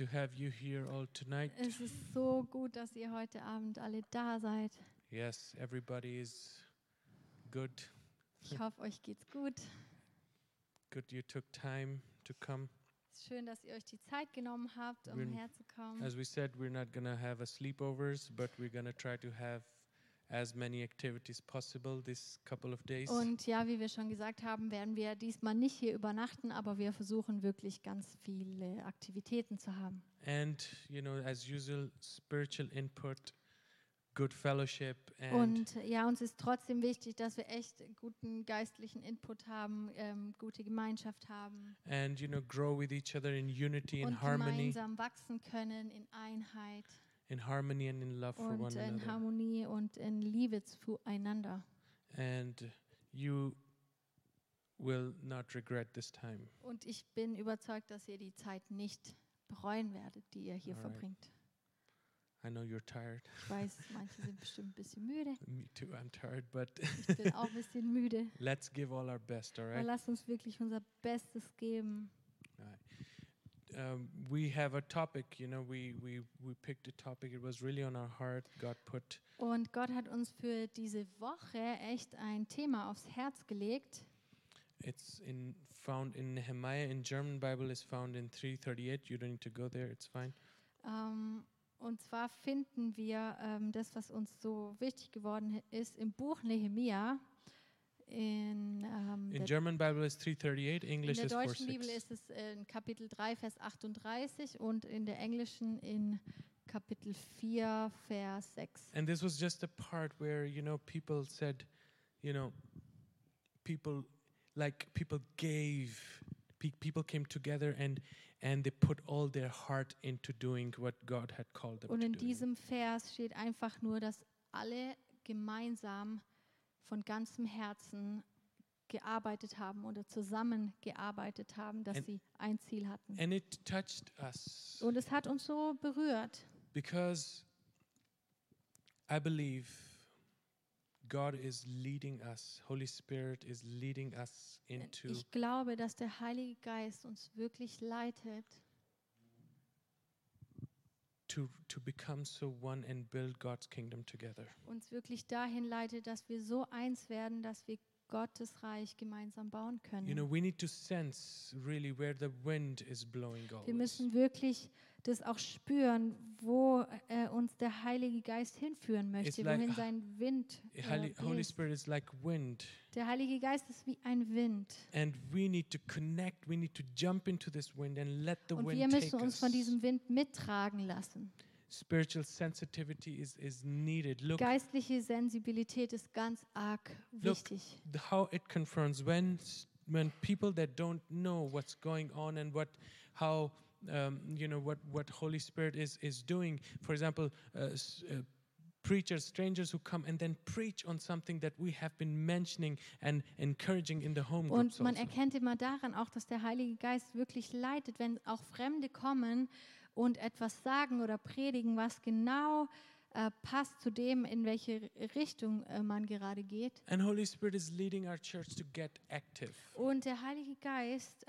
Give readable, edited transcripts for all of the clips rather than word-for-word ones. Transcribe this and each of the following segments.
to have you here all tonight. Es ist so gut, dass ihr heute Abend alle da seid. Yes, everybody is good. Ich hoffe, euch geht's gut. Good you took time to come. Es ist schön, dass ihr euch die Zeit genommen habt, um herzukommen. As we said, we're not going to have a sleepovers, but we're going to try to have as many activities possible this couple of days. Und ja, wie wir schon gesagt haben, werden wir diesmal nicht hier übernachten, aber wir versuchen wirklich ganz viele Aktivitäten zu haben. And, you know, as usual, spiritual input, good fellowship, and Und ja, uns ist trotzdem wichtig, dass wir echt guten geistlichen Input haben, gute Gemeinschaft haben you know, grow with each other in unity and und harmony, gemeinsam wachsen können in Einheit in harmony and in love for und one in another. Harmonie und in Liebe zueinander. And you will not regret this time. Und ich bin überzeugt, dass ihr die Zeit nicht bereuen werdet, die ihr hier Alright. verbringt. I know you're tired. Ich weiß, manche sind bestimmt ein bisschen müde. Me too, I'm tired, but Ich bin auch ein bisschen müde. let's give all our best, all Aber right? lasst uns wirklich unser Bestes geben. We have a topic, you know, we picked a topic. It was really on our heart. God put Und Gott hat uns für diese Woche echt ein Thema aufs Herz gelegt. it's found in Nehemiah. In German Bible is found in 338. You don't need to go there. It's fine. Und zwar finden wir das, was uns so wichtig geworden ist, im Buch Nehemia. In German Bible is 338. in English der is deutschen Bibel 46. ist es in Kapitel 3, Vers 38 und in der englischen in Kapitel 4, Vers 6. And this was just a part where, you know, people said, you know, people gave, people came together and they put all their heart into doing what God had called them Und to in do. diesem Vers steht einfach nur, dass alle gemeinsam von ganzem Herzen gearbeitet haben oder zusammengearbeitet haben, dass sie ein Ziel hatten. And it touched us Und es hat uns so berührt, because I believe God is leading us. Holy Spirit is leading us into ich glaube, dass der Heilige Geist uns wirklich leitet, to become so one and build God's kingdom together. uns wirklich dahin leitet, dass wir so eins werden, dass wir Gottes Reich gemeinsam bauen können. You know, we need to sense really where the wind is blowing Wir always. müssen wirklich das auch spüren, wo uns der Heilige Geist hinführen möchte, It's like- wohin sein Wind Holy bläst. Spirit is like wind, Der Heilige Geist ist wie ein Wind. and we need to connect. We need to jump into this wind and let the Und wir wind müssen take uns us. von diesem Wind mittragen lassen. Spiritual sensitivity is needed. Look Geistliche Sensibilität ist ganz arg wichtig. how it confronts when people that don't know what's going on and how you know what Holy Spirit is doing. For example, preachers, strangers who come and then preach on something that we have been mentioning and encouraging in the home groups Und man also. erkennt immer daran auch, dass der Heilige Geist wirklich leitet, wenn auch Fremde kommen und etwas sagen oder predigen, was genau passt zu dem, in welche Richtung man gerade geht. And Holy Spirit is leading our church to get active. Und der Heilige Geist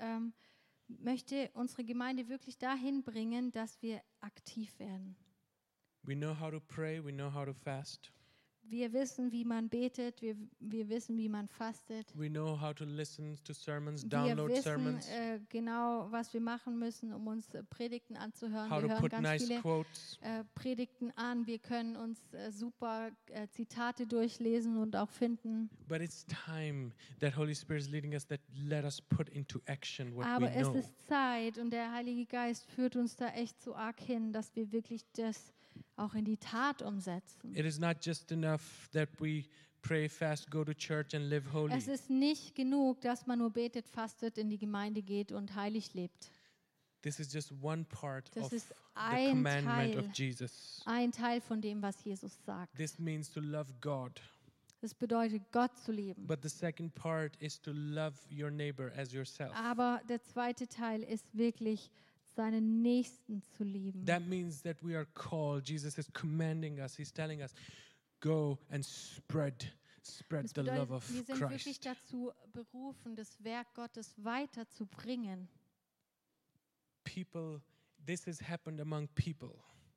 möchte unsere Gemeinde wirklich dahin bringen, dass wir aktiv werden. We know how to pray, we know how to fast. Wir wissen, wie man betet, wir wissen, wie man fastet. We know how to listen to sermons, Wir download wissen sermons, genau, was wir machen müssen, um uns Predigten anzuhören. how Wir to hören put ganz nice viele quotes. Predigten an. Wir können uns super Zitate durchlesen und auch finden. But it's time that Holy Spirit is leading us, that let us put into action what Aber we es know. ist Zeit und der Heilige Geist führt uns da echt so arg hin, dass wir wirklich das auch in die Tat umsetzen. It is not just enough that we pray, fast, go to church and live holy. Es ist nicht genug, dass man nur betet, fastet, in die Gemeinde geht und heilig lebt. This is just one part Das of ist the ein commandment Teil. of Jesus. Ein Teil von dem, was Jesus sagt. This means to love God. Das bedeutet, Gott zu lieben. But the second part is to love your neighbor as yourself. Aber der zweite Teil ist wirklich, seinen Nächsten zu lieben. That means that we are called. Jesus is commanding us. He's telling us, go and spread Das the love bedeutet, of wir sind wirklich Christ. dazu berufen, das Werk Gottes weiterzubringen. People this has happened among people,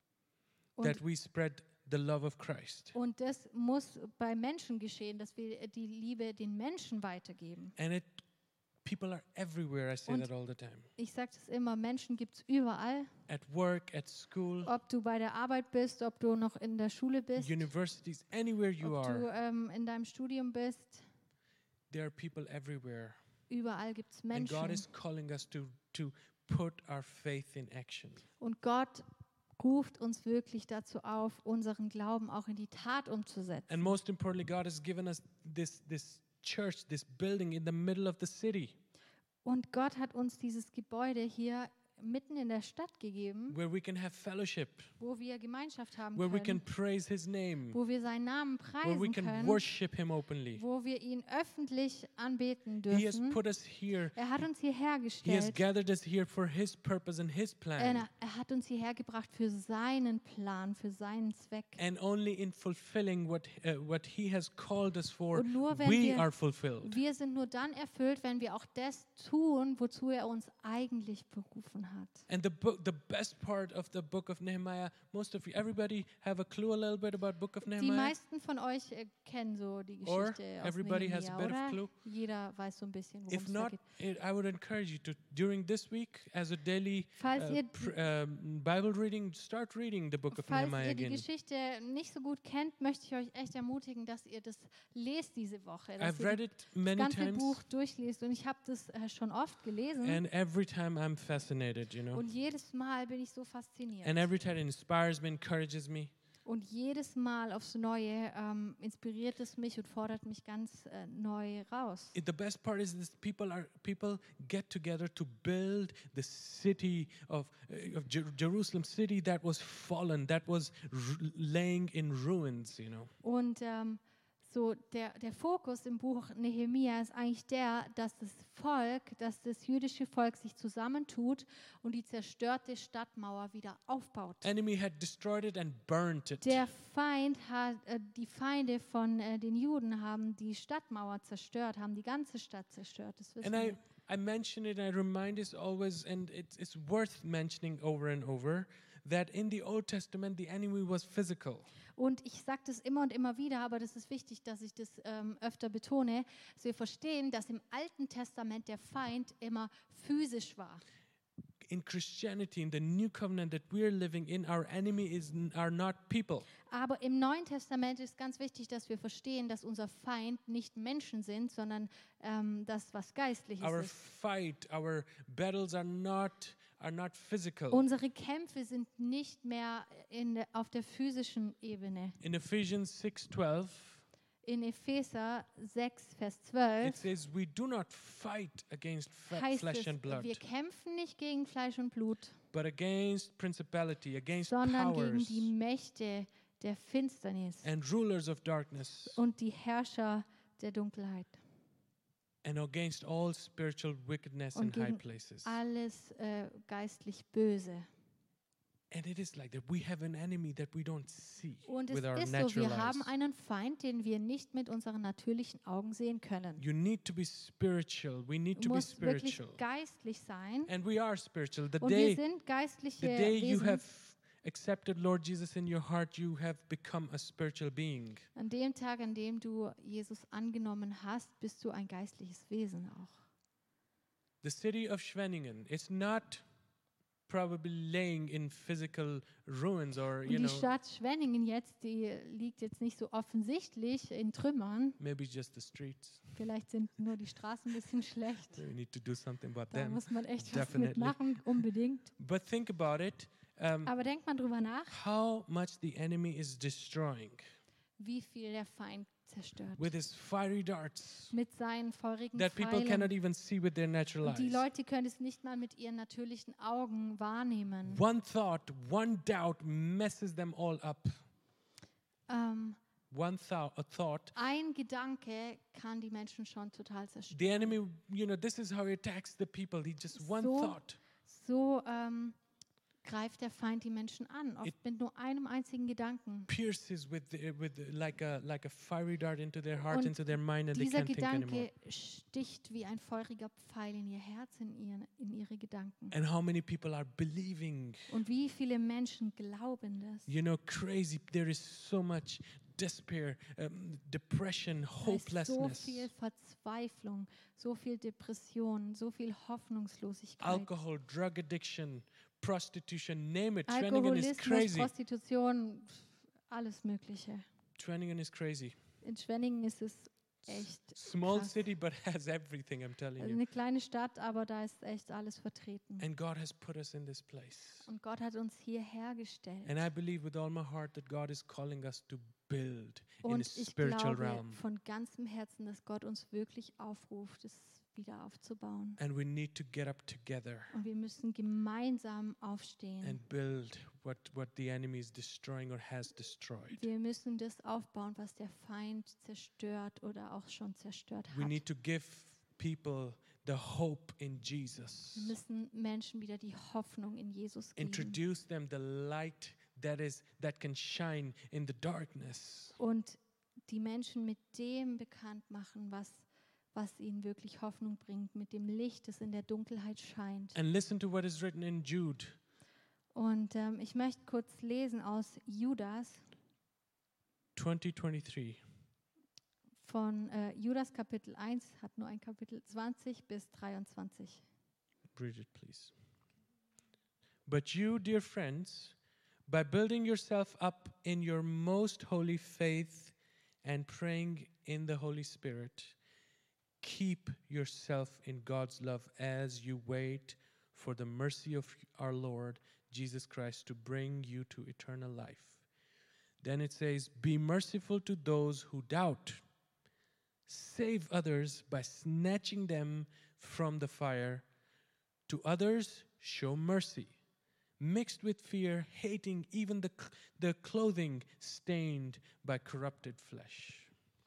Und, that we spread the love of Christ. und das muss bei Menschen geschehen, dass wir die Liebe den Menschen weitergeben. And people are everywhere, I say Und that all the time. Ich sage das immer, Menschen gibt es überall. At work, at school, Ob du bei der Arbeit bist, ob du noch in der Schule bist, universities, anywhere you ob du are, in deinem Studium bist. there are people everywhere. Überall gibt es And God Menschen. is calling us to put our faith in action. Und Gott ruft uns wirklich dazu auf, unseren Glauben auch in die Tat umzusetzen. And most importantly, God has given us this church, this building in the middle of the city, Und Gott hat uns dieses Gebäude hier mitten in der Stadt gegeben, where we can have fellowship, wo wir Gemeinschaft haben where we can können, praise His name, wo wir seinen Namen where we preisen can können, worship Him openly. wo wir ihn öffentlich anbeten He has dürfen. put us here. Er hat uns hierher He has gestellt. gathered us here for His purpose and His plan. Er hat uns hierher gebracht für seinen Plan, für seinen Zweck. And only in fulfilling what He has called us for, Und nur wenn we are fulfilled. wir sind nur dann erfüllt, wenn wir auch das tun, wozu er uns eigentlich berufen hat. And the best part of the book of Nehemiah, everybody have a clue a little bit about book of Die Nehemiah? meisten von euch kennen so die Or Geschichte aus everybody has a Nehemia, bit of oder? clue? Jeder weiß so ein bisschen, worum If es da not, geht. I would encourage you to, during this week, as a daily Falls ihr, Bible reading, start reading the book of falls Nehemiah ihr die again. Geschichte nicht so gut kennt, möchte ich euch echt ermutigen, dass ihr das lest diese Woche, dass I've ihr read it das many ganze times, Buch durchliest. Und ich habe das schon oft gelesen. and every time I'm fascinated, Und jedes Mal bin ich so fasziniert. And every time it inspires me, encourages me. Und jedes Mal aufs Neue inspiriert es mich und fordert mich ganz neu raus. The best part is this: people get together to build the city of Jerusalem city that was fallen, that was laying in ruins. Und so der Fokus im Buch Nehemia ist eigentlich dass das jüdische Volk sich zusammentut und die zerstörte Stadtmauer wieder aufbaut. Enemy had destroyed it and burnt it. Die Feinde von den Juden haben die Stadtmauer zerstört, haben die ganze Stadt zerstört. Das wissen And wir. I mention it, I remind us always, and it's worth mentioning over and over, that in the Old Testament the enemy was physical. Und ich sage das immer und immer wieder, aber das ist wichtig, dass ich das öfter betone, dass wir verstehen, dass im Alten Testament der Feind immer physisch war. In Christianity, in the new covenant that we're living in, our enemy are not people. Aber im Neuen Testament ist ganz wichtig, dass wir verstehen, dass unser Feind nicht Menschen sind, sondern das, was Geistliches Our ist. fight, our battles are not physical. Unsere Kämpfe sind nicht mehr auf der physischen Ebene. In Ephesians 6:12, In Epheser 6, Vers it 12 says, "We do not fight against heißt flesh es, and blood, wir kämpfen nicht gegen Fleisch und Blut, but against principality, against sondern gegen powers die Mächte der Finsternis and rulers of darkness, und die Herrscher der Dunkelheit and against all spiritual wickedness in und high gegen places." alles geistlich Böse. And it is like that. We have an enemy that we don't see Und es with our ist so, natural wir haben eyes. einen Feind, den wir nicht mit unseren natürlichen Augen sehen können. You need to be spiritual. We need Du to be musst wirklich spiritual. geistlich sein. And we are spiritual. Und wir sind geistliche The day you Wesen. have accepted Lord Jesus in your heart, you have become a spiritual being. An dem Tag, an dem du Jesus angenommen hast, bist du ein geistliches Wesen auch. The city of Schwenningen, it's not probably laying in physical ruins or, Und die Stadt Schwenningen jetzt, die liegt jetzt nicht so offensichtlich in Trümmern. maybe just the streets. Vielleicht sind nur die Straßen ein bisschen schlecht. We need to do something about Da them. muss man echt was Definitely. mitmachen, unbedingt. But think about it. Aber denkt mal drüber nach, How much the enemy is destroying wie viel der Feind zerstört. with his fiery darts Mit seinen feurigen that people Pfeilen. cannot even see with their natural Und die eyes. Leute können es nicht mal mit ihren natürlichen Augen wahrnehmen. One thought, one doubt messes them all up. Ähm, A thought. ein Gedanke kann die Menschen schon total zerstören. The enemy, this is how he attacks the people. He just one So- thought. So greift der Feind die Menschen an, oft mit nur einem einzigen Gedanken. Pierces like a fiery dart into their heart, Und into their mind, and they dieser can't think anymore. Gedanke sticht wie ein feuriger Pfeil in ihr Herz, in ihre Gedanken. And how many people are believing? Und wie viele Menschen glauben das? You know, crazy. There is so much despair, depression, Da ist so hopelessness, viel Verzweiflung, so viel Depression, so viel Hoffnungslosigkeit. alcohol, drug addiction, prostitution, name it. Schwenningen is Alkoholismus, crazy. Prostitution, alles Mögliche. Schwenningen is crazy. In Schwenningen ist es echt Small krass. city, but has everything, I'm telling Also you. eine kleine Stadt, aber da ist echt alles vertreten. And God has put us in this place. Und Gott hat uns hierher gestellt. And I believe with all my heart that God is calling us to build in a Und ich spiritual glaube realm. von ganzem Herzen, dass Gott uns wirklich aufruft, es wieder aufzubauen. And we need to get up together Und wir müssen gemeinsam aufstehen. and build what the enemy is destroying or has destroyed. Wir müssen das aufbauen, was der Feind zerstört oder auch schon zerstört We hat. need to give people the hope in Wir Jesus. müssen Menschen wieder die Hoffnung in Jesus geben. Introduce them the light that can shine in the darkness. Und die Menschen mit dem bekannt machen, was ihnen wirklich Hoffnung bringt, mit dem Licht, das in der Dunkelheit scheint. And listen to what is written in Jude. Und ich möchte kurz lesen aus Judas, 20:23. von Judas Kapitel 1, hat nur ein Kapitel 20 bis 23. Read it, please. But you, dear friends, by building yourself up in your most holy faith and praying in the Holy Spirit, keep yourself in God's love as you wait for the mercy of our Lord Jesus Christ to bring you to eternal life. Then it says, be merciful to those who doubt. Save others by snatching them from the fire. To others, show mercy, mixed with fear, hating even the clothing stained by corrupted flesh.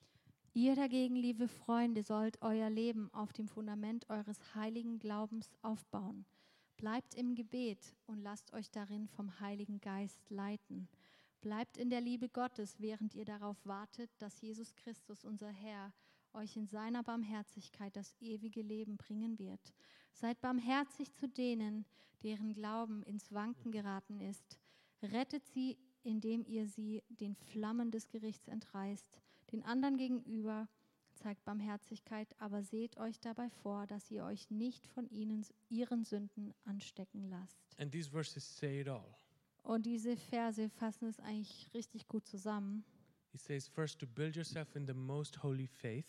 Ihr dagegen, liebe Freunde, sollt euer Leben auf dem Fundament eures heiligen Glaubens aufbauen. Bleibt im Gebet und lasst euch darin vom Heiligen Geist leiten. Bleibt in der Liebe Gottes, während ihr darauf wartet, dass Jesus Christus, unser Herr, euch in seiner Barmherzigkeit das ewige Leben bringen wird. Seid barmherzig zu denen, deren Glauben ins Wanken geraten ist. Rettet sie, indem ihr sie den Flammen des Gerichts entreißt. Den anderen gegenüber zeigt Barmherzigkeit, aber seht euch dabei vor, dass ihr euch nicht von ihren Sünden anstecken lasst. And these verses say it all. Und diese Verse fassen es eigentlich richtig gut zusammen. It says first to build yourself in the most holy faith.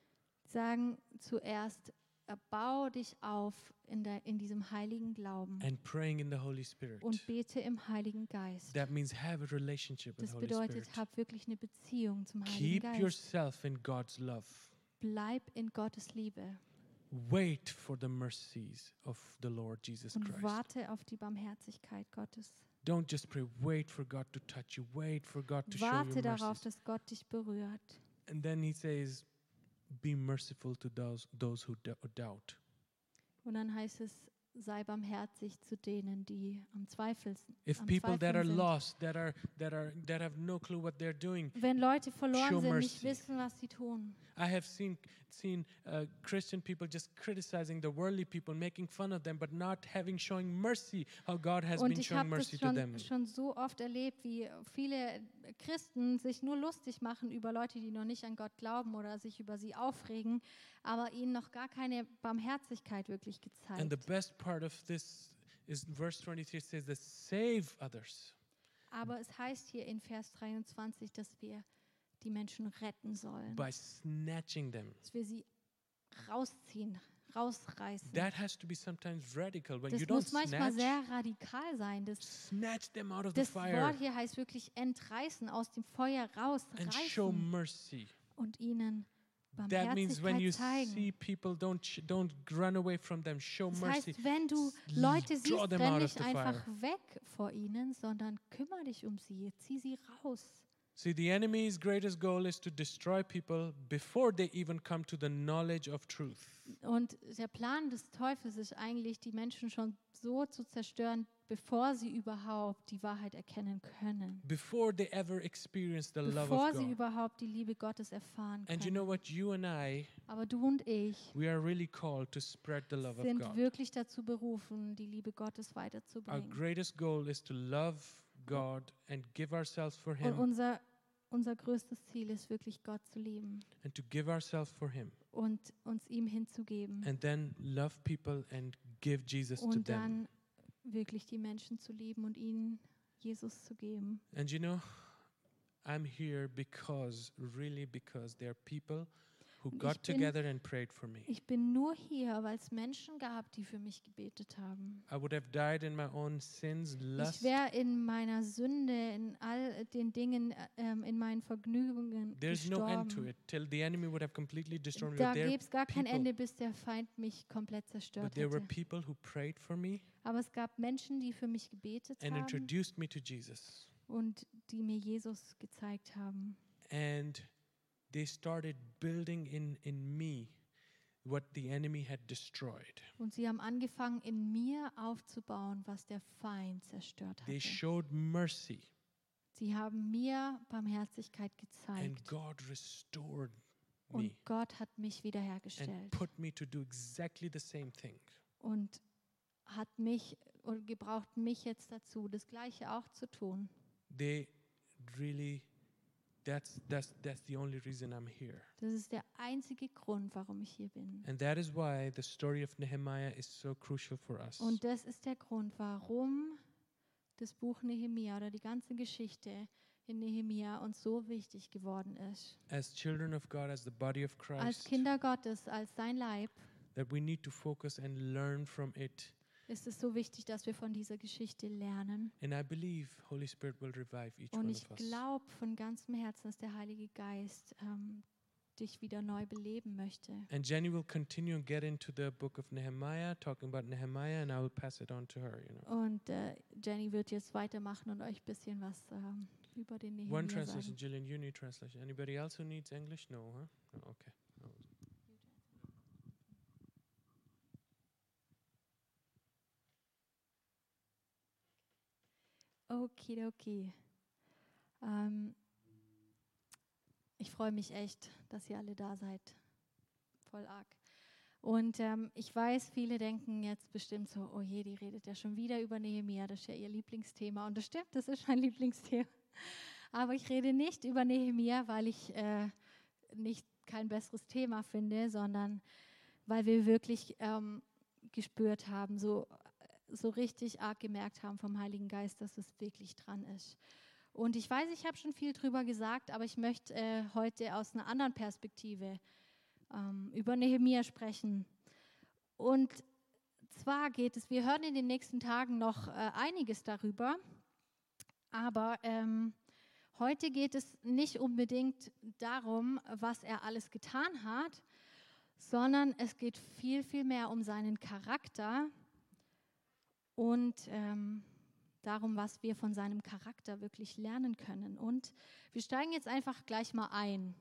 Sagen zuerst, bau dich auf in diesem heiligen Glauben And praying in the Holy Spirit. und bete im Heiligen Geist. That means have a relationship with Das the Holy bedeutet, Spirit. hab wirklich eine Beziehung zum Heiligen Keep Geist. yourself in God's love. Bleib in Gottes Liebe Wait for the mercies of the Lord Jesus und Christ. warte auf die Barmherzigkeit Gottes. Don't just pray, wait for God to touch you, wait for God to show Warte you darauf, mercies. dass Gott dich berührt. And then he says, be merciful to those who doubt. Und dann heißt es, sei barmherzig zu denen, die am Zweifeln If am people that are Zweifeln sind. lost, that have no clue what they're doing, Wenn Leute verloren show sind, nicht mercy. wissen, was sie tun. I have seen Christian people just criticizing the worldly people, making fun of them, but not showing mercy how God has Und been ich showing habe das mercy to them. schon so oft erlebt, wie viele Christen sich nur lustig machen über Leute, die noch nicht an Gott glauben oder sich über sie aufregen, aber ihnen noch gar keine Barmherzigkeit wirklich And the gezeigt. best part of this is verse 23 says that save others. Aber es heißt hier in Vers 23, dass wir die Menschen retten sollen, By snatching them. dass wir sie rausziehen, rausreißen. That has to be sometimes radical. When you Das don't muss manchmal snatch, sehr radikal sein. snatch them out of the Das fire Wort hier heißt wirklich entreißen, aus dem Feuer and show rausreißen mercy. und ihnen That means when you Barmherzigkeit see zeigen. people, don't run away from them. Show Das mercy. heißt, wenn du Leute siehst, Draw them renn out of nicht the einfach fire. weg vor ihnen, sondern kümmere dich um sie, zieh sie raus. See, the enemy's greatest goal is to destroy people before they even come to the knowledge of truth. Und der Plan des Teufels ist eigentlich, die Menschen schon so zu zerstören, bevor sie überhaupt die Wahrheit erkennen können. before they ever experience the love Bevor of sie God. überhaupt die Liebe Gottes erfahren And you know können. what? You and I, Aber du und ich we are really called to spread the love of sind God. wirklich dazu berufen, die Liebe Gottes Our weiterzubringen. greatest goal is to love God and give ourselves for Und Him unser größtes Ziel ist wirklich, Gott zu lieben and to give ourselves for Him. und uns ihm hinzugeben. And then love people and give Jesus to Und them. dann wirklich die Menschen zu lieben und ihnen Jesus zu geben. And you know, I'm here really because there are people who Und got ich bin- together and prayed for me. Ich bin nur hier, weil es Menschen gab, die für mich gebetet haben. I would have died in my own sins, Ich lust. wäre in meiner Sünde, in all den Dingen, in meinen Vergnügungen There's no end to gestorben. it till the enemy would have completely destroyed me. Da But there, gäbe es gar kein people- Ende, bis der Feind mich komplett zerstört but there were hätte. people who prayed for me Aber es gab Menschen, die für mich gebetet and haben introduced me to Jesus. und die mir Jesus gezeigt haben. And they started building in me what the enemy had destroyed. Und sie haben angefangen, in mir aufzubauen, was der Feind zerstört They hatte. showed mercy, Sie haben mir Barmherzigkeit and gezeigt. God restored me Und Gott hat mich and wiederhergestellt put me to do exactly the same thing. und hat mich und gebraucht mich jetzt dazu, das Gleiche auch zu tun. They really, that's the only reason I'm here. Das ist der einzige Grund, warum ich hier bin. And that is why the story of Nehemiah is so crucial for us. Und das ist der Grund, warum das Buch Nehemia oder die ganze Geschichte in Nehemia uns so wichtig geworden ist. As children of God, as the body of Als Christ, Kinder Gottes, als sein Leib, that we need to focus and learn from it. ist es so wichtig, dass wir von dieser Geschichte lernen. And I believe Holy Spirit will revive each Und one ich of us. glaube von ganzem Herzen, dass der Heilige Geist dich wieder neu beleben möchte. And Jenny will continue and get into the book of Nehemiah, talking about Nehemiah, and I will pass it on to her. Und Jenny wird jetzt weitermachen und euch ein bisschen was über den One Nehemia translation, sagen. Jillian, you need translation. Anybody else who needs English? No, huh? No, okay. No. Okidoki. Ich freue mich echt, dass ihr alle da seid. Voll arg. Und ich weiß, viele denken jetzt bestimmt so, oh je, die redet ja schon wieder über Nehemia, das ist ja ihr Lieblingsthema. Und das stimmt, das ist mein Lieblingsthema. Aber ich rede nicht über Nehemia, weil ich nicht kein besseres Thema finde, sondern weil wir wirklich gespürt haben, so richtig arg gemerkt haben vom Heiligen Geist, dass es wirklich dran ist. Und ich weiß, ich habe schon viel drüber gesagt, aber ich möchte heute aus einer anderen Perspektive über Nehemia sprechen. Und zwar geht es, wir hören in den nächsten Tagen noch einiges darüber, aber heute geht es nicht unbedingt darum, was er alles getan hat, sondern es geht viel, viel mehr um seinen Charakter und darum, was wir von seinem Charakter wirklich lernen können. Und wir steigen jetzt einfach gleich mal ein.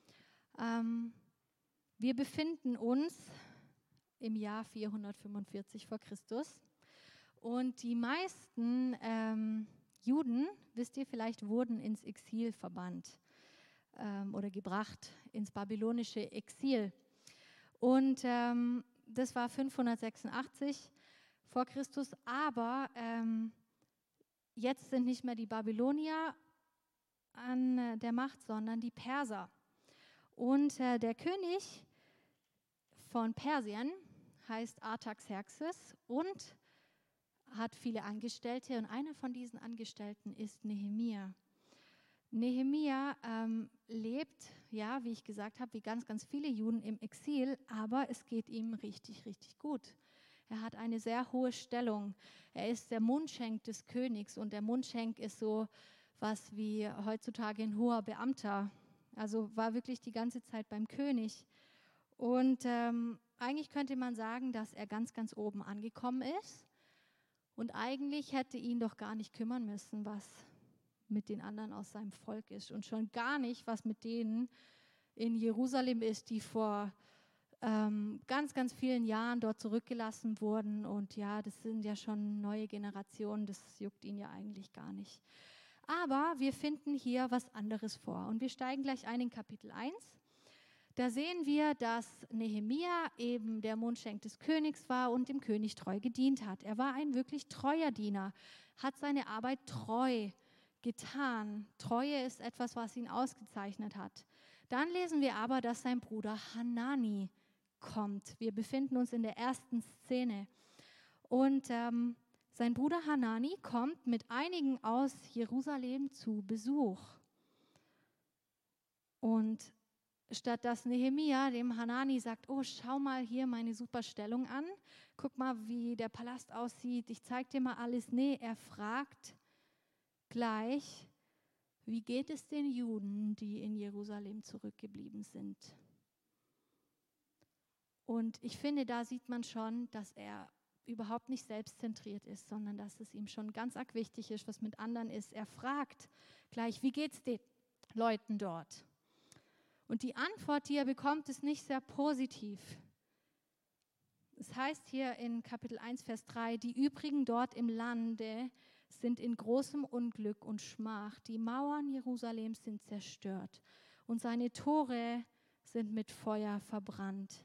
Wir befinden uns im Jahr 445 vor Christus und die meisten Juden, wisst ihr vielleicht, wurden ins Exil verbannt oder gebracht, ins babylonische Exil. Und das war 586 vor Christus, aber jetzt sind nicht mehr die Babylonier an der Macht, sondern die Perser. Und der König von Persien heißt Artaxerxes und hat viele Angestellte und einer von diesen Angestellten ist Nehemia. Nehemia lebt, ja, wie ich gesagt habe, wie ganz, ganz viele Juden im Exil, aber es geht ihm richtig, richtig gut. Er hat eine sehr hohe Stellung. Er ist der Mundschenk des Königs und der Mundschenk ist so was wie heutzutage ein hoher Beamter. Also war wirklich die ganze Zeit beim König. Und eigentlich könnte man sagen, dass er ganz, ganz oben angekommen ist. Und eigentlich hätte ihn doch gar nicht kümmern müssen, was mit den anderen aus seinem Volk ist. Und schon gar nicht, was mit denen in Jerusalem ist, die vor ganz, ganz vielen Jahren dort zurückgelassen wurden. Und ja, das sind ja schon neue Generationen, das juckt ihn ja eigentlich gar nicht. Aber wir finden hier was anderes vor. Und wir steigen gleich ein in Kapitel 1. Da sehen wir, dass Nehemia eben der Mundschenk des Königs war und dem König treu gedient hat. Er war ein wirklich treuer Diener, hat seine Arbeit treu getan. Treue ist etwas, was ihn ausgezeichnet hat. Dann lesen wir aber, dass sein Bruder Hanani kommt. Wir befinden uns in der ersten Szene. Und sein Bruder Hanani kommt mit einigen aus Jerusalem zu Besuch. Und statt dass Nehemia dem Hanani sagt, oh, schau mal hier meine super Stellung an, guck mal, wie der Palast aussieht, ich zeig dir mal alles. Nee, er fragt gleich, wie geht es den Juden, die in Jerusalem zurückgeblieben sind? Und ich finde, da sieht man schon, dass er überhaupt nicht selbstzentriert ist, sondern dass es ihm schon ganz arg wichtig ist, was mit anderen ist. Er fragt gleich, wie geht es den Leuten dort? Und die Antwort, die er bekommt, ist nicht sehr positiv. Es heißt hier in Kapitel 1, Vers 3, die übrigen dort im Lande sind in großem Unglück und Schmach. Die Mauern Jerusalems sind zerstört und seine Tore sind mit Feuer verbrannt.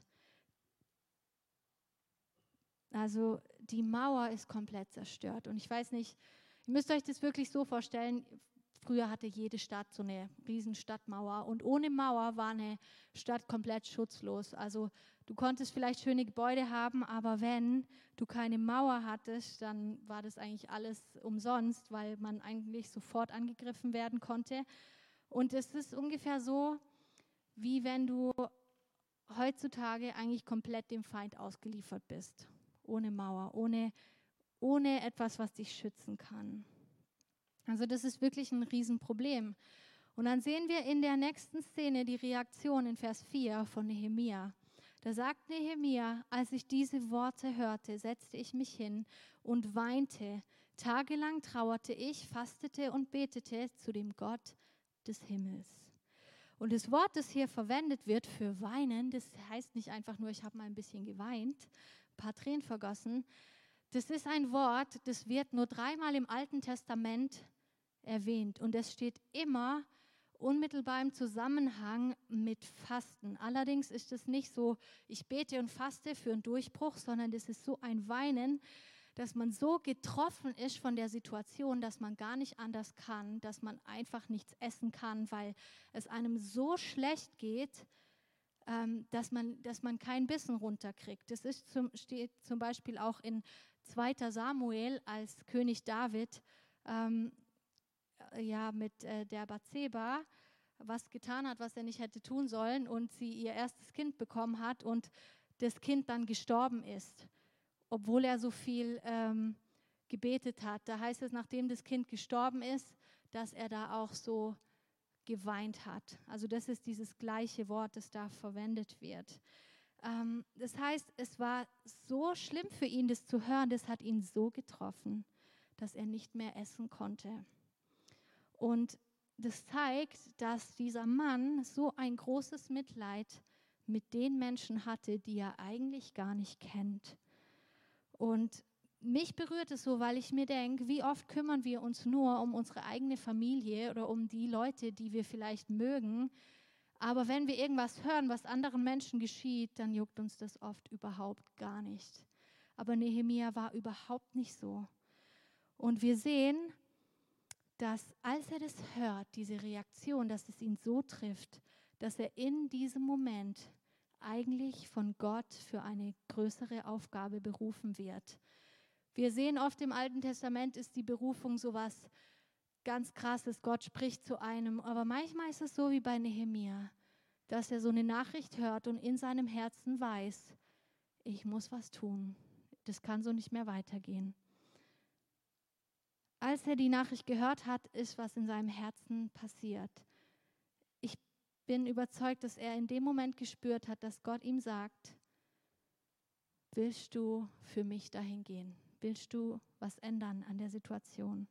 Also die Mauer ist komplett zerstört. Und ich weiß nicht, ihr müsst euch das wirklich so vorstellen, früher hatte jede Stadt so eine riesen Stadtmauer und ohne Mauer war eine Stadt komplett schutzlos. Also du konntest vielleicht schöne Gebäude haben, aber wenn du keine Mauer hattest, dann war das eigentlich alles umsonst, weil man eigentlich sofort angegriffen werden konnte. Und es ist ungefähr so, wie wenn du heutzutage eigentlich komplett dem Feind ausgeliefert bist. Ohne Mauer, ohne etwas, was dich schützen kann. Also das ist wirklich ein Riesenproblem. Und dann sehen wir in der nächsten Szene die Reaktion in Vers 4 von Nehemia. Da sagt Nehemia, als ich diese Worte hörte, setzte ich mich hin und weinte. Tagelang trauerte ich, fastete und betete zu dem Gott des Himmels. Und das Wort, das hier verwendet wird für weinen, das heißt nicht einfach nur, ich habe mal ein bisschen geweint, ein paar Tränen vergossen. Das ist ein Wort, das wird nur 3-mal im Alten Testament erwähnt. Und es steht immer unmittelbar im Zusammenhang mit Fasten. Allerdings ist es nicht so, ich bete und faste für einen Durchbruch, sondern das ist so ein Weinen, dass man so getroffen ist von der Situation, dass man gar nicht anders kann, dass man einfach nichts essen kann, weil es einem so schlecht geht, dass man keinen Bissen runterkriegt. Das steht zum Beispiel auch in 2. Samuel, als König David mit der Bathseba was getan hat, was er nicht hätte tun sollen und sie ihr erstes Kind bekommen hat und das Kind dann gestorben ist, obwohl er so viel gebetet hat. Da heißt es, nachdem das Kind gestorben ist, dass er da auch so geweint hat. Also das ist dieses gleiche Wort, das da verwendet wird. Das heißt, es war so schlimm für ihn, das zu hören, das hat ihn so getroffen, dass er nicht mehr essen konnte. Und das zeigt, dass dieser Mann so ein großes Mitleid mit den Menschen hatte, die er eigentlich gar nicht kennt. Und mich berührt es so, weil ich mir denke, wie oft kümmern wir uns nur um unsere eigene Familie oder um die Leute, die wir vielleicht mögen. Aber wenn wir irgendwas hören, was anderen Menschen geschieht, dann juckt uns das oft überhaupt gar nicht. Aber Nehemia war überhaupt nicht so. Und wir sehen, dass als er das hört, diese Reaktion, dass es ihn so trifft, dass er in diesem Moment eigentlich von Gott für eine größere Aufgabe berufen wird. Wir sehen oft im Alten Testament ist die Berufung sowas ganz Krasses. Gott spricht zu einem, aber manchmal ist es so wie bei Nehemia, dass er so eine Nachricht hört und in seinem Herzen weiß, ich muss was tun. Das kann so nicht mehr weitergehen. Als er die Nachricht gehört hat, ist was in seinem Herzen passiert. Ich bin überzeugt, dass er in dem Moment gespürt hat, dass Gott ihm sagt, willst du für mich dahin gehen? Willst du was ändern an der Situation?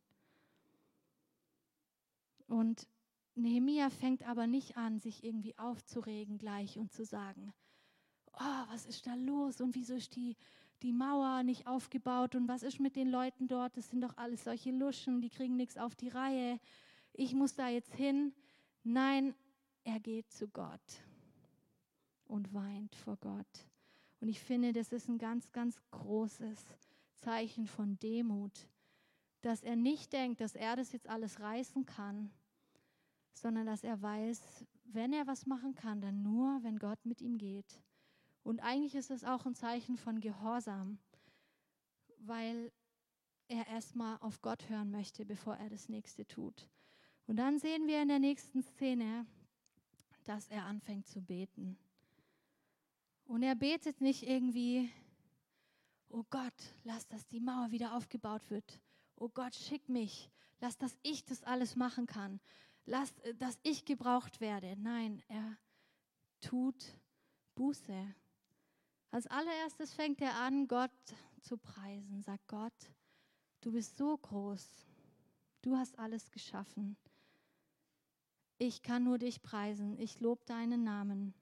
Und Nehemia fängt aber nicht an, sich irgendwie aufzuregen gleich und zu sagen, oh, was ist da los und wieso ist die Mauer nicht aufgebaut und was ist mit den Leuten dort? Das sind doch alles solche Luschen, die kriegen nichts auf die Reihe. Ich muss da jetzt hin. Nein, er geht zu Gott und weint vor Gott. Und ich finde, das ist ein ganz, ganz großes Zeichen von Demut, dass er nicht denkt, dass er das jetzt alles reißen kann, sondern dass er weiß, wenn er was machen kann, dann nur, wenn Gott mit ihm geht. Und eigentlich ist es auch ein Zeichen von Gehorsam, weil er erstmal auf Gott hören möchte, bevor er das Nächste tut. Und dann sehen wir in der nächsten Szene, dass er anfängt zu beten. Und er betet nicht irgendwie, oh Gott, lass, dass die Mauer wieder aufgebaut wird. Oh Gott, schick mich. Lass, dass ich das alles machen kann. Lass, dass ich gebraucht werde. Nein, er tut Buße. Als allererstes fängt er an, Gott zu preisen. Sagt Gott, du bist so groß. Du hast alles geschaffen. Ich kann nur dich preisen. Ich lobe deinen Namen.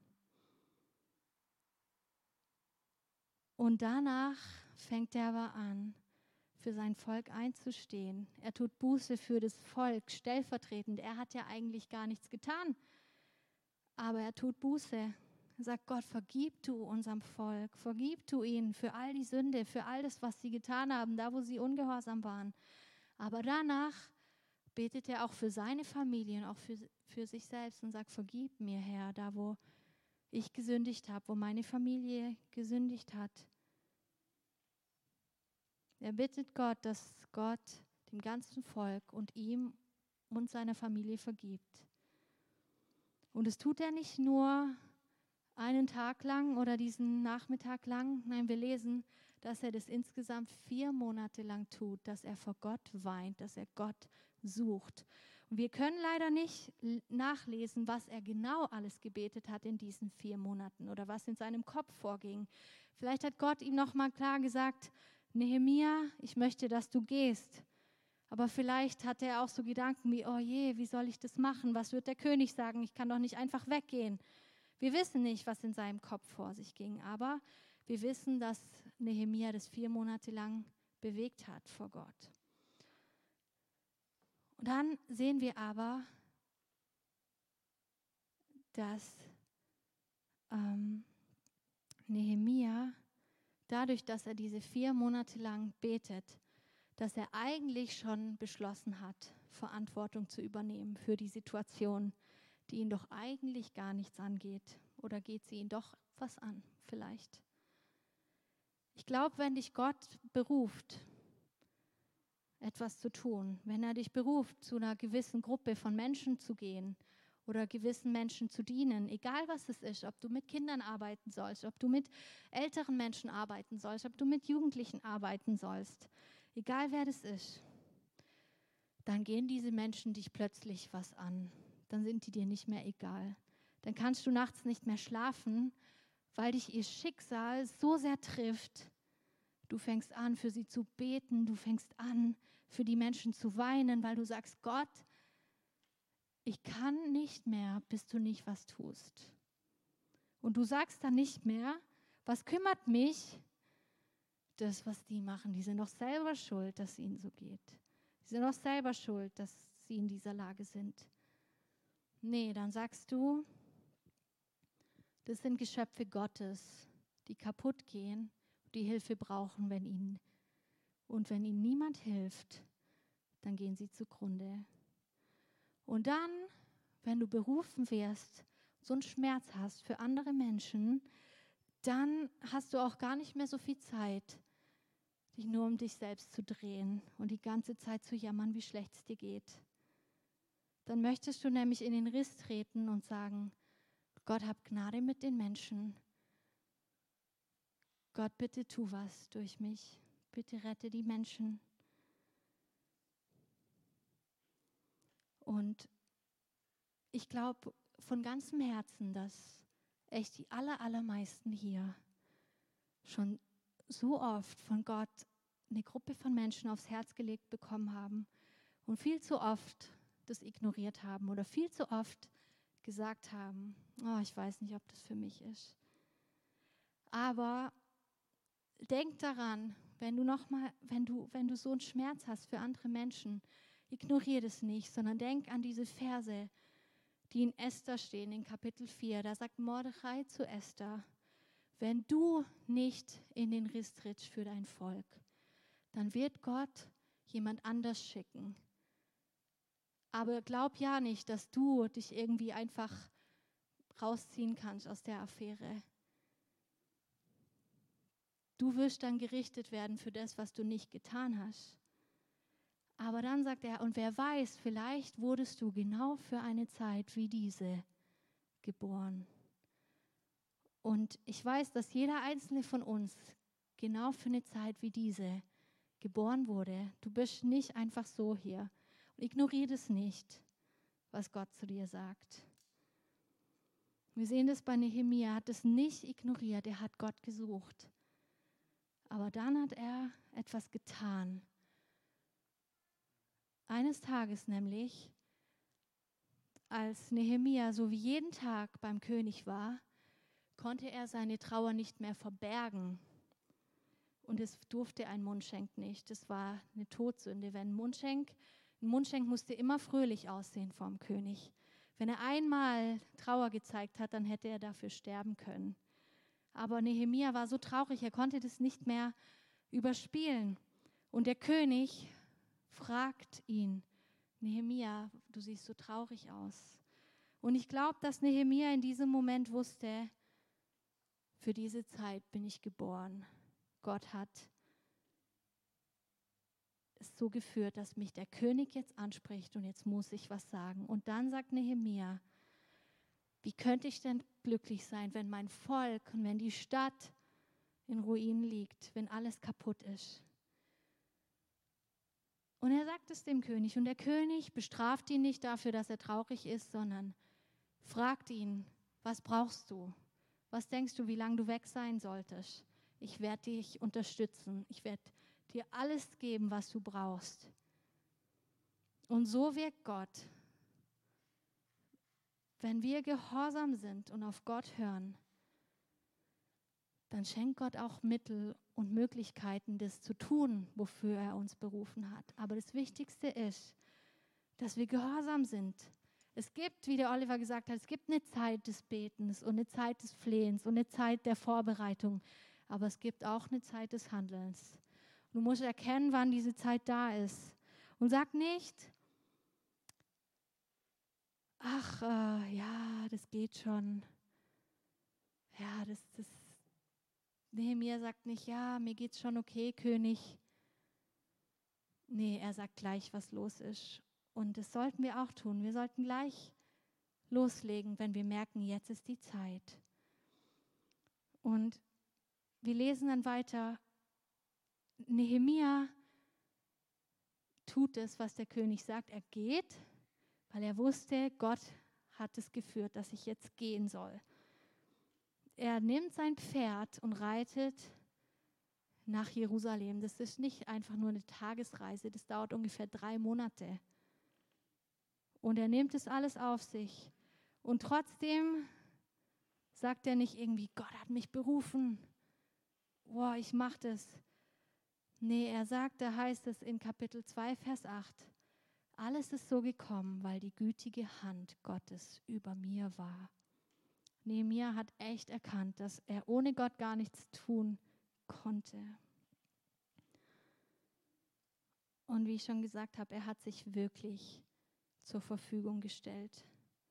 Und danach fängt er aber an, für sein Volk einzustehen. Er tut Buße für das Volk, stellvertretend. Er hat ja eigentlich gar nichts getan, aber er tut Buße. Er sagt, Gott, vergib du unserem Volk, vergib du ihnen für all die Sünde, für all das, was sie getan haben, da wo sie ungehorsam waren. Aber danach betet er auch für seine Familie und auch für sich selbst und sagt, vergib mir, Herr, da wo ich gesündigt habe, wo meine Familie gesündigt hat. Er bittet Gott, dass Gott dem ganzen Volk und ihm und seiner Familie vergibt. Und das tut er nicht nur einen Tag lang oder diesen Nachmittag lang. Nein, wir lesen, dass er das insgesamt 4 Monate lang tut, dass er vor Gott weint, dass er Gott sucht. Und wir können leider nicht nachlesen, was er genau alles gebetet hat in diesen 4 Monaten oder was in seinem Kopf vorging. Vielleicht hat Gott ihm nochmal klar gesagt, Nehemia, ich möchte, dass du gehst. Aber vielleicht hatte er auch so Gedanken wie, oh je, wie soll ich das machen? Was wird der König sagen? Ich kann doch nicht einfach weggehen. Wir wissen nicht, was in seinem Kopf vor sich ging, aber wir wissen, dass Nehemia das 4 Monate lang bewegt hat vor Gott. Und dann sehen wir aber, dass Nehemia, dadurch, dass er diese 4 Monate lang betet, dass er eigentlich schon beschlossen hat, Verantwortung zu übernehmen für die Situation, die ihn doch eigentlich gar nichts angeht. Oder geht sie ihn doch was an, vielleicht? Ich glaube, wenn dich Gott beruft, etwas zu tun, wenn er dich beruft, zu einer gewissen Gruppe von Menschen zu gehen oder gewissen Menschen zu dienen, egal was es ist, ob du mit Kindern arbeiten sollst, ob du mit älteren Menschen arbeiten sollst, ob du mit Jugendlichen arbeiten sollst, egal wer das ist, dann gehen diese Menschen dich plötzlich was an. Dann sind die dir nicht mehr egal. Dann kannst du nachts nicht mehr schlafen, weil dich ihr Schicksal so sehr trifft. Du fängst an, für sie zu beten. Du fängst an, für die Menschen zu weinen, weil du sagst, Gott, ich kann nicht mehr, bis du nicht was tust. Und du sagst dann nicht mehr, was kümmert mich das, was die machen? Die sind doch selber schuld, dass es ihnen so geht. Die sind doch selber schuld, dass sie in dieser Lage sind. Nee, dann sagst du, das sind Geschöpfe Gottes, die kaputt gehen, die Hilfe brauchen, wenn ihnen niemand hilft, dann gehen sie zugrunde. Und dann, wenn du berufen wirst, so einen Schmerz hast für andere Menschen, dann hast du auch gar nicht mehr so viel Zeit, dich nur um dich selbst zu drehen und die ganze Zeit zu jammern, wie schlecht es dir geht. Dann möchtest du nämlich in den Riss treten und sagen, Gott, hab Gnade mit den Menschen. Gott, bitte tu was durch mich. Bitte rette die Menschen. Und ich glaube von ganzem Herzen, dass echt die allermeisten hier schon so oft von Gott eine Gruppe von Menschen aufs Herz gelegt bekommen haben und viel zu oft das ignoriert haben oder viel zu oft gesagt haben, oh, ich weiß nicht, ob das für mich ist. Aber denk daran, wenn du so einen Schmerz hast für andere Menschen, ignoriere das nicht, sondern denk an diese Verse, die in Esther stehen, in Kapitel 4. Da sagt Mordechai zu Esther: Wenn du nicht in den Riss trittst für dein Volk, dann wird Gott jemand anders schicken. Aber glaub ja nicht, dass du dich irgendwie einfach rausziehen kannst aus der Affäre. Du wirst dann gerichtet werden für das, was du nicht getan hast. Aber dann sagt er, und wer weiß, vielleicht wurdest du genau für eine Zeit wie diese geboren. Und ich weiß, dass jeder einzelne von uns genau für eine Zeit wie diese geboren wurde. Du bist nicht einfach so hier. Und ignoriere das nicht, was Gott zu dir sagt. Wir sehen das bei Nehemia, er hat es nicht ignoriert, er hat Gott gesucht. Aber dann hat er etwas getan. Eines Tages nämlich, als Nehemia so wie jeden Tag beim König war, konnte er seine Trauer nicht mehr verbergen. Und es durfte ein Mundschenk nicht. Das war eine Todsünde. Ein Mundschenk musste immer fröhlich aussehen vor dem König. Wenn er einmal Trauer gezeigt hat, dann hätte er dafür sterben können. Aber Nehemia war so traurig, er konnte das nicht mehr überspielen. Und der König fragt ihn: Nehemia, du siehst so traurig aus. Und ich glaube, dass Nehemia in diesem Moment wusste, für diese Zeit bin ich geboren. Gott hat es so geführt, dass mich der König jetzt anspricht und jetzt muss ich was sagen. Und dann sagt Nehemia: Wie könnte ich denn glücklich sein, wenn mein Volk und wenn die Stadt in Ruinen liegt, wenn alles kaputt ist? Und er sagt es dem König. Und der König bestraft ihn nicht dafür, dass er traurig ist, sondern fragt ihn: Was brauchst du? Was denkst du, wie lange du weg sein solltest? Ich werde dich unterstützen. Ich werde dir alles geben, was du brauchst. Und so wirkt Gott. Wenn wir gehorsam sind und auf Gott hören, dann schenkt Gott auch Mittel und Möglichkeiten, das zu tun, wofür er uns berufen hat. Aber das Wichtigste ist, dass wir gehorsam sind. Es gibt, wie der Oliver gesagt hat, es gibt eine Zeit des Betens und eine Zeit des Flehens und eine Zeit der Vorbereitung. Aber es gibt auch eine Zeit des Handelns. Du musst erkennen, wann diese Zeit da ist. Und sag nicht: Ach, ja, das geht schon. Ja, Nehemia sagt nicht: Ja, mir geht's schon okay, König. Nee, er sagt gleich, was los ist. Und das sollten wir auch tun. Wir sollten gleich loslegen, wenn wir merken, jetzt ist die Zeit. Und wir lesen dann weiter. Nehemia tut es, was der König sagt. Er geht, weil er wusste, Gott hat es geführt, dass ich jetzt gehen soll. Er nimmt sein Pferd und reitet nach Jerusalem. Das ist nicht einfach nur eine Tagesreise, das dauert ungefähr 3 Monate. Und er nimmt es alles auf sich. Und trotzdem sagt er nicht irgendwie: Gott hat mich berufen. Boah, ich mach das. Nee, er sagt, da heißt es in Kapitel 2, Vers 8, alles ist so gekommen, weil die gütige Hand Gottes über mir war. Nehemia hat echt erkannt, dass er ohne Gott gar nichts tun konnte. Und wie ich schon gesagt habe, er hat sich wirklich zur Verfügung gestellt.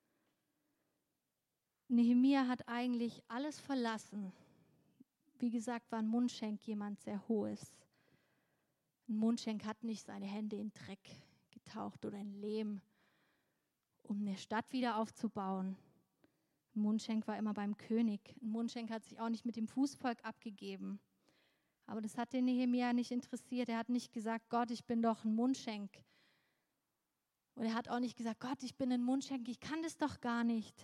Nehemia hat eigentlich alles verlassen. Wie gesagt, war ein Mundschenk jemand sehr Hohes. Ein Mundschenk hat nicht seine Hände in Dreck getaucht oder in Lehm, um eine Stadt wieder aufzubauen. Ein Mundschenk war immer beim König. Ein Mundschenk hat sich auch nicht mit dem Fußvolk abgegeben. Aber das hat den Nehemia nicht interessiert. Er hat nicht gesagt: Gott, ich bin doch ein Mundschenk. Und er hat auch nicht gesagt: Gott, ich bin ein Mundschenk, ich kann das doch gar nicht.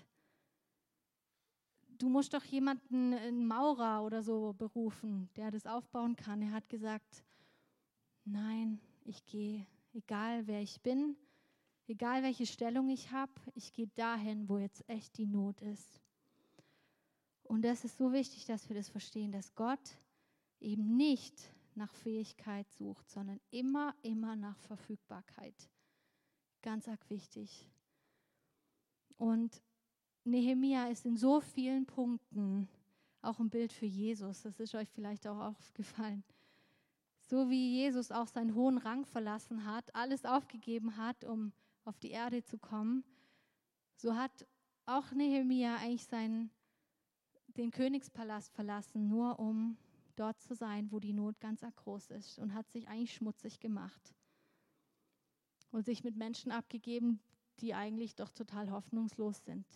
Du musst doch jemanden, einen Maurer oder so berufen, der das aufbauen kann. Er hat gesagt: Nein, ich gehe, egal wer ich bin, egal welche Stellung ich habe, ich gehe dahin, wo jetzt echt die Not ist. Und das ist so wichtig, dass wir das verstehen, dass Gott eben nicht nach Fähigkeit sucht, sondern immer nach Verfügbarkeit. Ganz arg wichtig. Und Nehemia ist in so vielen Punkten auch ein Bild für Jesus. Das ist euch vielleicht auch aufgefallen. So wie Jesus auch seinen hohen Rang verlassen hat, alles aufgegeben hat, um auf die Erde zu kommen, so hat auch Nehemia eigentlich den Königspalast verlassen, nur um dort zu sein, wo die Not ganz arg groß ist, und hat sich eigentlich schmutzig gemacht und sich mit Menschen abgegeben, die eigentlich doch total hoffnungslos sind.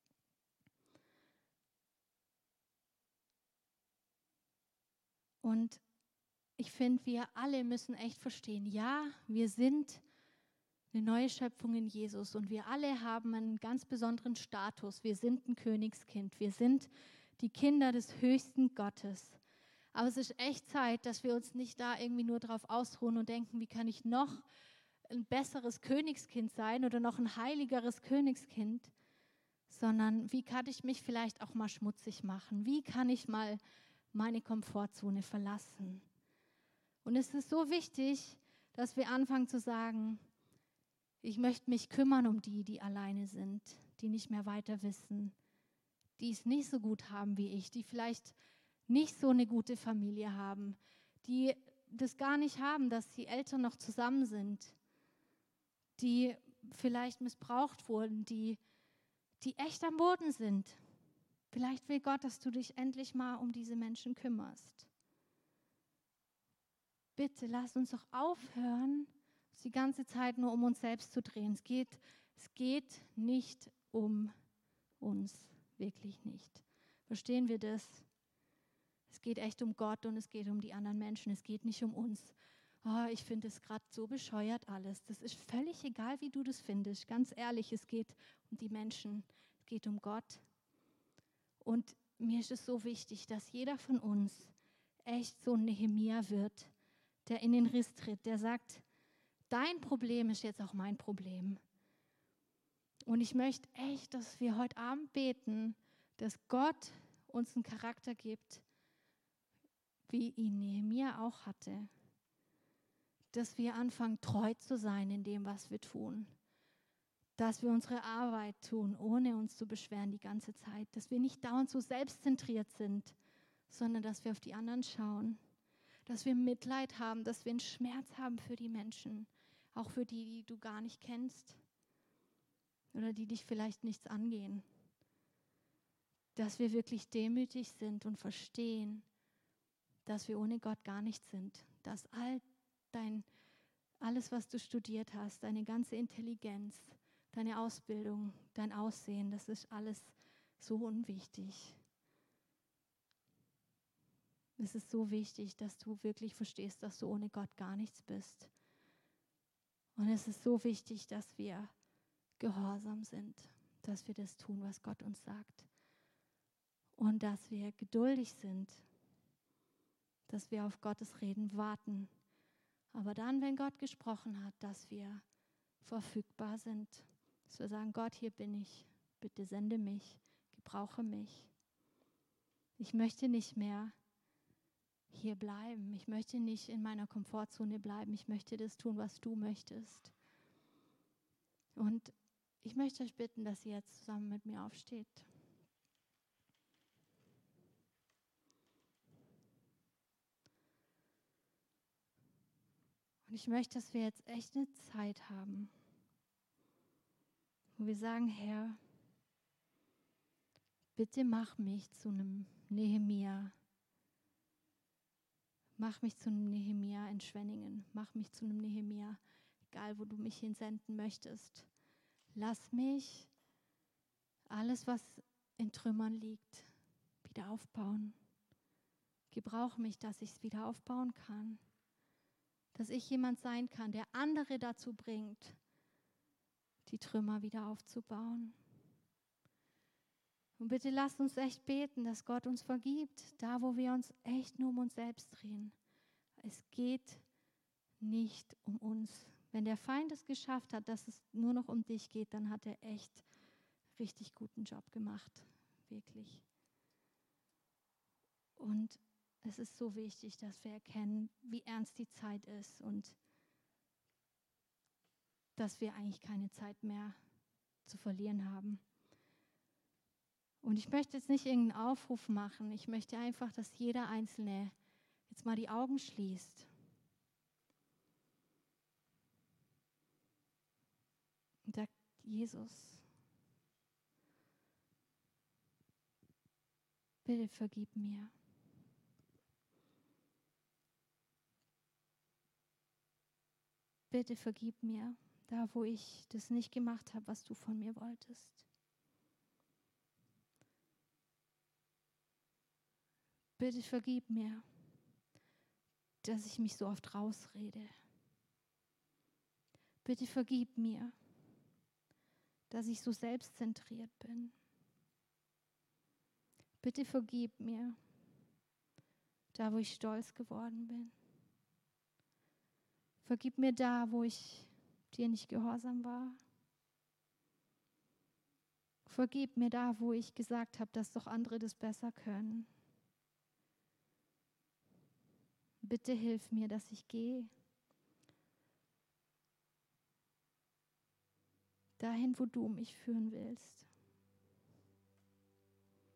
Und ich finde, wir alle müssen echt verstehen, ja, wir sind eine neue Schöpfung in Jesus und wir alle haben einen ganz besonderen Status. Wir sind ein Königskind, wir sind die Kinder des höchsten Gottes. Aber es ist echt Zeit, dass wir uns nicht da irgendwie nur drauf ausruhen und denken, wie kann ich noch ein besseres Königskind sein oder noch ein heiligeres Königskind, sondern wie kann ich mich vielleicht auch mal schmutzig machen? Wie kann ich mal meine Komfortzone verlassen? Und es ist so wichtig, dass wir anfangen zu sagen, ich möchte mich kümmern um die alleine sind, die nicht mehr weiter wissen, die es nicht so gut haben wie ich, die vielleicht nicht so eine gute Familie haben, die das gar nicht haben, dass die Eltern noch zusammen sind, die vielleicht missbraucht wurden, die echt am Boden sind. Vielleicht will Gott, dass du dich endlich mal um diese Menschen kümmerst. Bitte lass uns doch aufhören, uns die ganze Zeit nur um uns selbst zu drehen. Es geht nicht um uns, wirklich nicht. Verstehen wir das? Es geht echt um Gott und es geht um die anderen Menschen. Es geht nicht um uns. Oh, ich finde es gerade so bescheuert alles. Das ist völlig egal, wie du das findest. Ganz ehrlich, es geht um die Menschen. Es geht um Gott. Und mir ist es so wichtig, dass jeder von uns echt so ein Nehemia wird, der in den Riss tritt, der sagt, dein Problem ist jetzt auch mein Problem. Und ich möchte echt, dass wir heute Abend beten, dass Gott uns einen Charakter gibt, wie ihn Nehemia auch hatte. Dass wir anfangen, treu zu sein in dem, was wir tun. Dass wir unsere Arbeit tun, ohne uns zu beschweren die ganze Zeit. Dass wir nicht dauernd so selbstzentriert sind, sondern dass wir auf die anderen schauen. Dass wir Mitleid haben, dass wir einen Schmerz haben für die Menschen. Auch für die, die du gar nicht kennst. Oder die dich vielleicht nichts angehen. Dass wir wirklich demütig sind und verstehen, dass wir ohne Gott gar nichts sind. Dass alles, was du studiert hast, deine ganze Intelligenz, deine Ausbildung, dein Aussehen, das ist alles so unwichtig. Es ist so wichtig, dass du wirklich verstehst, dass du ohne Gott gar nichts bist. Und es ist so wichtig, dass wir gehorsam sind, dass wir das tun, was Gott uns sagt. Und dass wir geduldig sind, dass wir auf Gottes Reden warten. Aber dann, wenn Gott gesprochen hat, dass wir verfügbar sind, dass wir sagen, Gott, hier bin ich, bitte sende mich, gebrauche mich. Ich möchte nicht mehr hier bleiben. Ich möchte nicht in meiner Komfortzone bleiben. Ich möchte das tun, was du möchtest. Und ich möchte euch bitten, dass ihr jetzt zusammen mit mir aufsteht. Und ich möchte, dass wir jetzt echt eine Zeit haben, wo wir sagen, Herr, bitte mach mich zu einem Nehemia. Mach mich zu einem Nehemia in Schwenningen. Mach mich zu einem Nehemia, egal wo du mich hinsenden möchtest. Lass mich alles, was in Trümmern liegt, wieder aufbauen. Gebrauch mich, dass ich es wieder aufbauen kann. Dass ich jemand sein kann, der andere dazu bringt, die Trümmer wieder aufzubauen. Und bitte lasst uns echt beten, dass Gott uns vergibt, da wo wir uns echt nur um uns selbst drehen. Es geht nicht um uns. Wenn der Feind es geschafft hat, dass es nur noch um dich geht, dann hat er echt richtig guten Job gemacht. Wirklich. Und es ist so wichtig, dass wir erkennen, wie ernst die Zeit ist und dass wir eigentlich keine Zeit mehr zu verlieren haben. Und ich möchte jetzt nicht irgendeinen Aufruf machen. Ich möchte einfach, dass jeder Einzelne jetzt mal die Augen schließt. Und sagt, Jesus, bitte vergib mir. Bitte vergib mir, da wo ich das nicht gemacht habe, was du von mir wolltest. Bitte vergib mir, dass ich mich so oft rausrede. Bitte vergib mir, dass ich so selbstzentriert bin. Bitte vergib mir, da wo ich stolz geworden bin. Vergib mir da, wo ich dir nicht gehorsam war. Vergib mir da, wo ich gesagt habe, dass doch andere das besser können. Bitte hilf mir, dass ich gehe. Dahin, wo du mich führen willst.